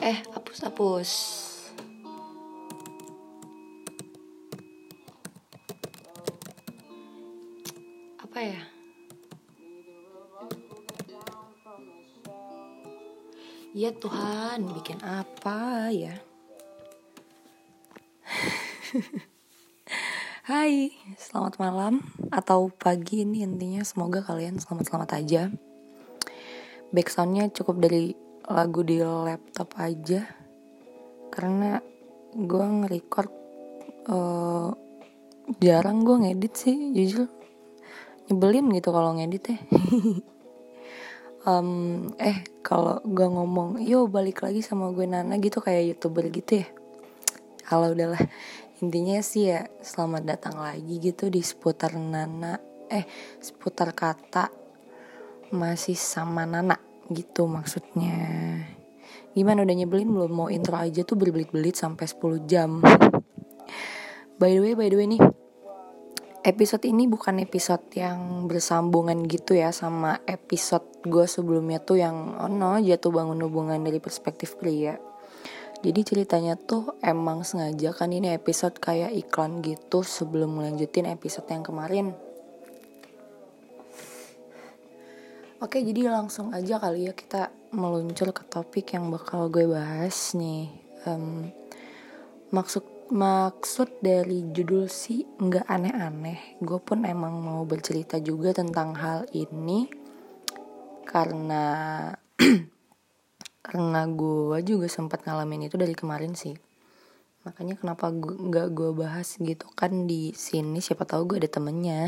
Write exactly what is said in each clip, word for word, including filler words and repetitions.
Eh, hapus, hapus. Apa ya? Ya Tuhan, bikin apa ya? Hai, selamat malam atau pagi ini intinya. Semoga kalian selamat-selamat aja. Backsoundnya cukup dari lagu di laptop aja, karena gue nge-record uh, jarang gue ngedit sih, jujur nyebelin gitu kalau ngedit ya. um, eh kalau gue ngomong yo balik lagi sama gue Nana gitu kayak YouTuber gitu ya. Kalau udahlah, intinya sih ya selamat datang lagi gitu di seputar Nana eh seputar kata masih sama Nana gitu maksudnya. Gimana, udah nyebelin belum? Mau intro aja tuh berbelit-belit sampai sepuluh jam. By the way, by the way nih, episode ini bukan episode yang bersambungan gitu ya sama episode gue sebelumnya tuh yang oh no, jatuh bangun hubungan dari perspektif pria. Jadi ceritanya tuh emang sengaja kan ini episode kayak iklan gitu sebelum melanjutin episode yang kemarin. Oke, jadi langsung aja kali ya kita meluncur ke topik yang bakal gue bahas nih. Um, maksud maksud dari judul sih nggak aneh-aneh. Gue pun emang mau bercerita juga tentang hal ini karena karena gue juga sempat ngalamin itu dari kemarin sih. Makanya kenapa gue nggak gue bahas gitu kan di sini, siapa tahu gue ada temennya.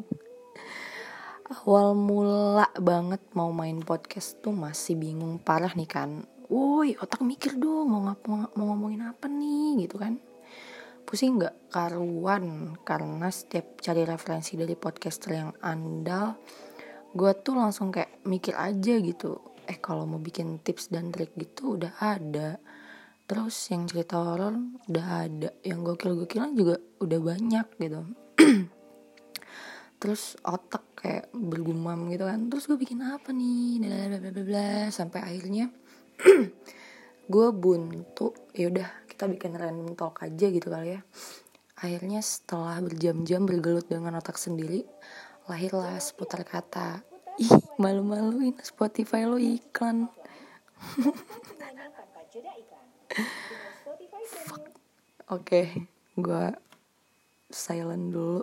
Awal mula banget mau main podcast tuh masih bingung parah nih kan. Woi, otak mikir dong mau ngap- mau ngomongin apa nih gitu kan. Pusing gak karuan karena setiap cari referensi dari podcaster yang andal, gue tuh langsung kayak mikir aja gitu. Eh kalau mau bikin tips dan trik gitu udah ada. Terus yang cerita horor udah ada, yang gokil-gokilan juga udah banyak gitu. Terus otak kayak bergumam gitu kan. Terus gue bikin apa nih? Blablabla. Sampai akhirnya gue buntu. Ya udah, kita bikin random talk aja gitu kali ya. Akhirnya setelah berjam-jam bergelut dengan otak sendiri, lahirlah seputar kata. Ih, malu-maluin, Spotify lo iklan. Oke, okay, gue silent dulu.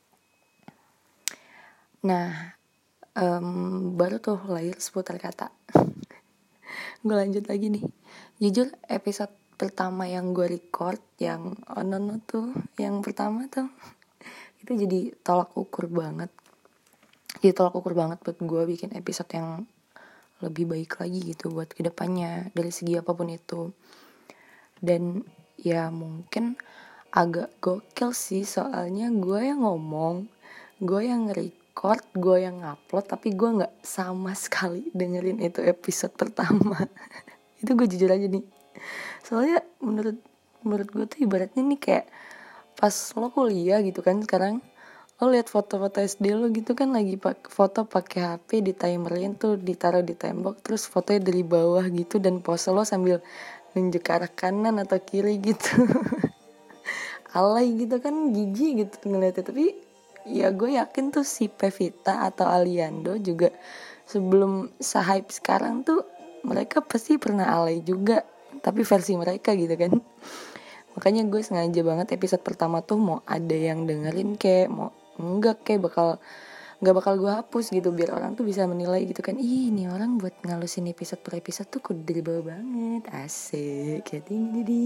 Nah, um, baru tuh lahir seputar kata. Gue lanjut lagi nih. Jujur episode pertama yang gue record, yang oh no no tuh, yang pertama tuh, itu jadi tolak ukur banget. Jadi tolak ukur banget buat gue bikin episode yang lebih baik lagi gitu buat kedepannya dari segi apapun itu. Dan ya mungkin agak gokil sih, soalnya gue yang ngomong, gue yang record, gue yang ngupload, tapi gue nggak sama sekali dengerin itu episode pertama. Itu gue jujur aja nih, soalnya menurut menurut gue tuh ibaratnya nih kayak pas lo kuliah gitu kan, sekarang lo lihat foto-foto S D lo gitu kan, lagi pak foto pakai H P di timerin tuh ditaruh di tembok, terus fotonya dari bawah gitu dan pose lo sambil nunjuk ke arah kanan atau kiri gitu. Alay gitu kan, jijik gitu ngeliatnya. Tapi ya gue yakin tuh si Pevita atau Aliando juga sebelum se-hype sekarang tuh mereka pasti pernah alay juga, tapi versi mereka gitu kan. Makanya gue sengaja banget episode pertama tuh mau ada yang dengerin kayak mau enggak kayak bakal nggak bakal gue hapus gitu, biar orang tuh bisa menilai gitu kan. Ih, ini orang buat ngalusin episode per episode tuh kudu dari bawah banget, asik kayak tinggi jadi.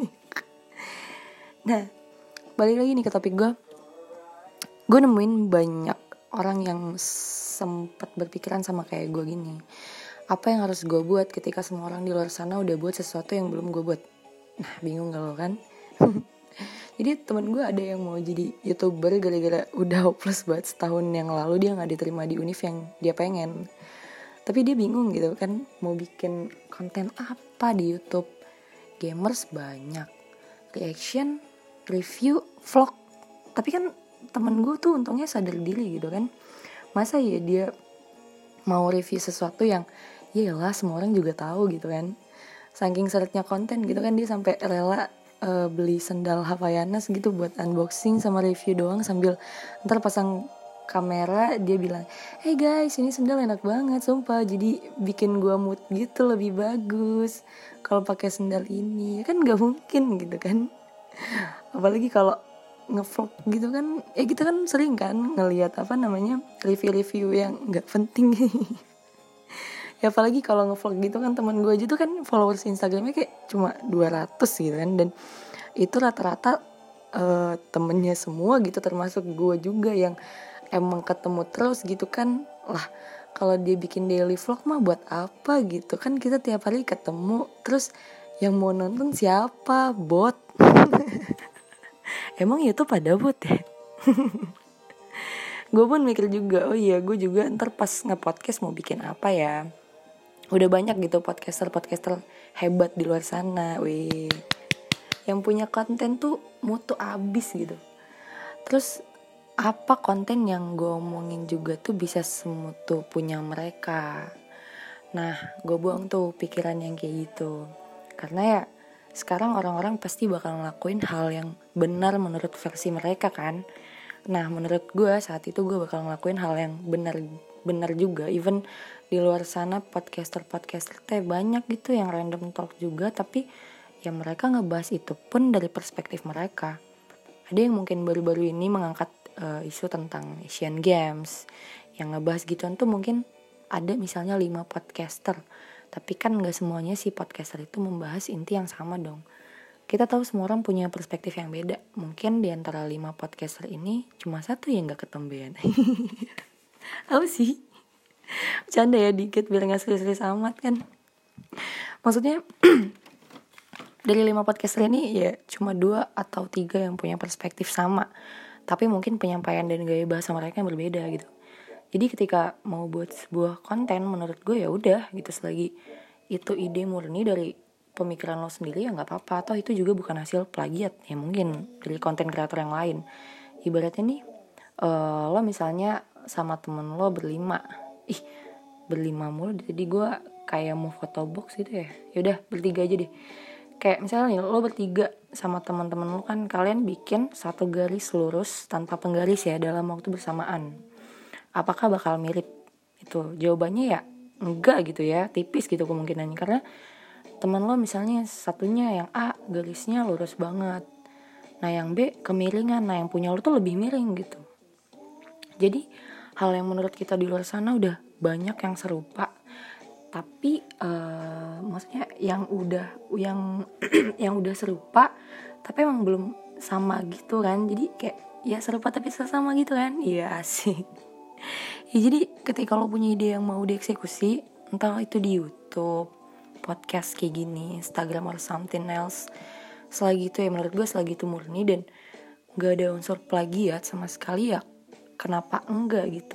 Nah, balik lagi nih ke topik gue. Gue nemuin banyak orang yang sempat berpikiran sama kayak gue gini. Apa yang harus gue buat ketika semua orang di luar sana udah buat sesuatu yang belum gue buat? Nah, bingung gak lo kan? Jadi temen gue ada yang mau jadi YouTuber gara-gara udah hopeless banget setahun yang lalu dia gak diterima di univ yang dia pengen. Tapi dia bingung gitu kan, mau bikin konten apa di YouTube. Gamers banyak, reaction, review, vlog. Tapi kan temen gue tuh untungnya sadar diri gitu kan. Masa ya dia mau review sesuatu yang yalah semua orang juga tahu gitu kan. saking seretnya konten gitu kan, dia sampai rela uh, beli sendal Havaianas gitu buat unboxing sama review doang, sambil ntar pasang kamera dia bilang, hey guys ini sendal enak banget sumpah, jadi bikin gua mood gitu lebih bagus kalau pakai sendal ini. Kan nggak mungkin gitu kan, apalagi kalau ngevlog gitu kan, ya kita kan sering kan ngelihat apa namanya review-review yang nggak penting. Ya apalagi kalau ngevlog gitu kan, teman gue aja tuh kan followers Instagramnya kayak cuma dua ratus gitu kan, dan itu rata-rata uh, temennya semua gitu, termasuk gue juga yang emang ketemu terus gitu kan. Lah kalau dia bikin daily vlog mah buat apa gitu kan, kita tiap hari ketemu, terus yang mau nonton siapa? Bot. Emang YouTube pada bot ya? Gue pun mikir juga, oh iya gue juga ntar pas nge-podcast mau bikin apa ya. Udah banyak gitu podcaster-podcaster hebat di luar sana, wih, yang punya konten tuh mutu abis gitu. Terus apa konten yang gue omongin juga tuh bisa semutu punya mereka. Nah gue buang tuh pikiran yang kayak gitu, karena ya sekarang orang-orang pasti bakal ngelakuin hal yang benar menurut versi mereka kan. Nah menurut gue saat itu gue bakal ngelakuin hal yang benar-benar juga. Even di luar sana podcaster-podcaster teh banyak gitu yang random talk juga, tapi ya mereka ngebahas itu pun dari perspektif mereka. Ada yang mungkin baru-baru ini mengangkat uh, isu tentang Asian Games, yang ngebahas gituan tuh mungkin ada misalnya lima podcaster, tapi kan gak semuanya si podcaster itu membahas inti yang sama dong. Kita tahu semua orang punya perspektif yang beda. Mungkin di antara lima podcaster ini cuma satu yang gak ketembean. Apa sih? Bercanda ya dikit biar gak serius-serius amat kan. Maksudnya dari lima podcaster ini ya cuma dua atau tiga yang punya perspektif sama, tapi mungkin penyampaian dan gaya bahasa mereka yang berbeda gitu. Jadi ketika mau buat sebuah konten, menurut gue ya udah gitu, selagi itu ide murni dari pemikiran lo sendiri ya nggak apa-apa. Atau itu juga bukan hasil plagiat ya, mungkin dari konten kreator yang lain. Ibaratnya nih uh, lo misalnya sama temen lo berlima, ih berlima mulu, jadi gue kayak mau foto box gitu ya. Yaudah bertiga aja deh. Kayak misalnya nih lo bertiga sama teman-teman lo kan, kalian bikin satu garis lurus tanpa penggaris ya dalam waktu bersamaan. Apakah bakal mirip? Itu jawabannya ya enggak gitu ya, tipis gitu kemungkinannya, karena teman lo misalnya satunya yang A garisnya lurus banget, nah yang B kemiringan, nah yang punya lo tuh lebih miring gitu. Jadi hal yang menurut kita di luar sana udah banyak yang serupa, tapi uh, maksudnya yang udah yang yang udah serupa tapi emang belum sama gitu kan. Jadi kayak ya serupa tapi sama gitu kan. Iya asik. Ya jadi ketika lo punya ide yang mau dieksekusi, entah itu di YouTube, podcast kayak gini, Instagram or something else, selagi itu ya menurut gue selagi itu murni dan gak ada unsur plagiat sama sekali, ya kenapa enggak gitu.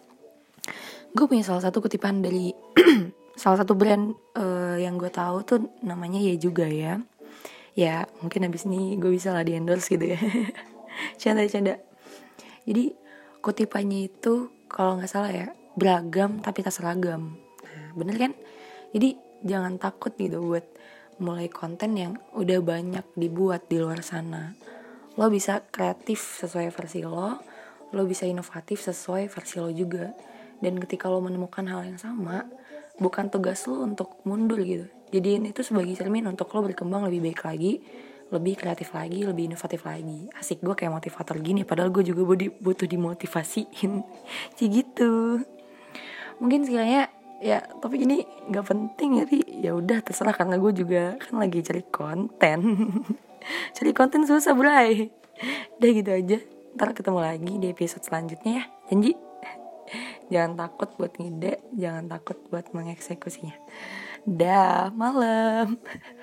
Gue punya salah satu kutipan dari salah satu brand uh, yang gue tahu tuh namanya Ya Juga ya. Ya mungkin abis ini gue bisa lah di endorse gitu ya. Canda-canda. Jadi kutipannya itu kalau nggak salah ya, beragam tapi tak seragam. Nah, bener kan? Jadi jangan takut gitu buat mulai konten yang udah banyak dibuat di luar sana. Lo bisa kreatif sesuai versi lo, lo bisa inovatif sesuai versi lo juga. Dan ketika lo menemukan hal yang sama, bukan tugas lo untuk mundur gitu. Jadiin itu sebagai cermin untuk lo berkembang lebih baik lagi, lebih kreatif lagi, lebih inovatif lagi. Asik, gue kayak motivator gini, padahal gue juga butuh dimotivasiin. Cik gitu. Mungkin sekiranya ya topik ini nggak penting, jadi ya udah terserah, karena gue juga kan lagi cari konten. Cari konten susah bray. Udah gitu aja. Ntar ketemu lagi di episode selanjutnya ya, janji. Jangan takut buat ngide, jangan takut buat mengeksekusinya. Dah, malam.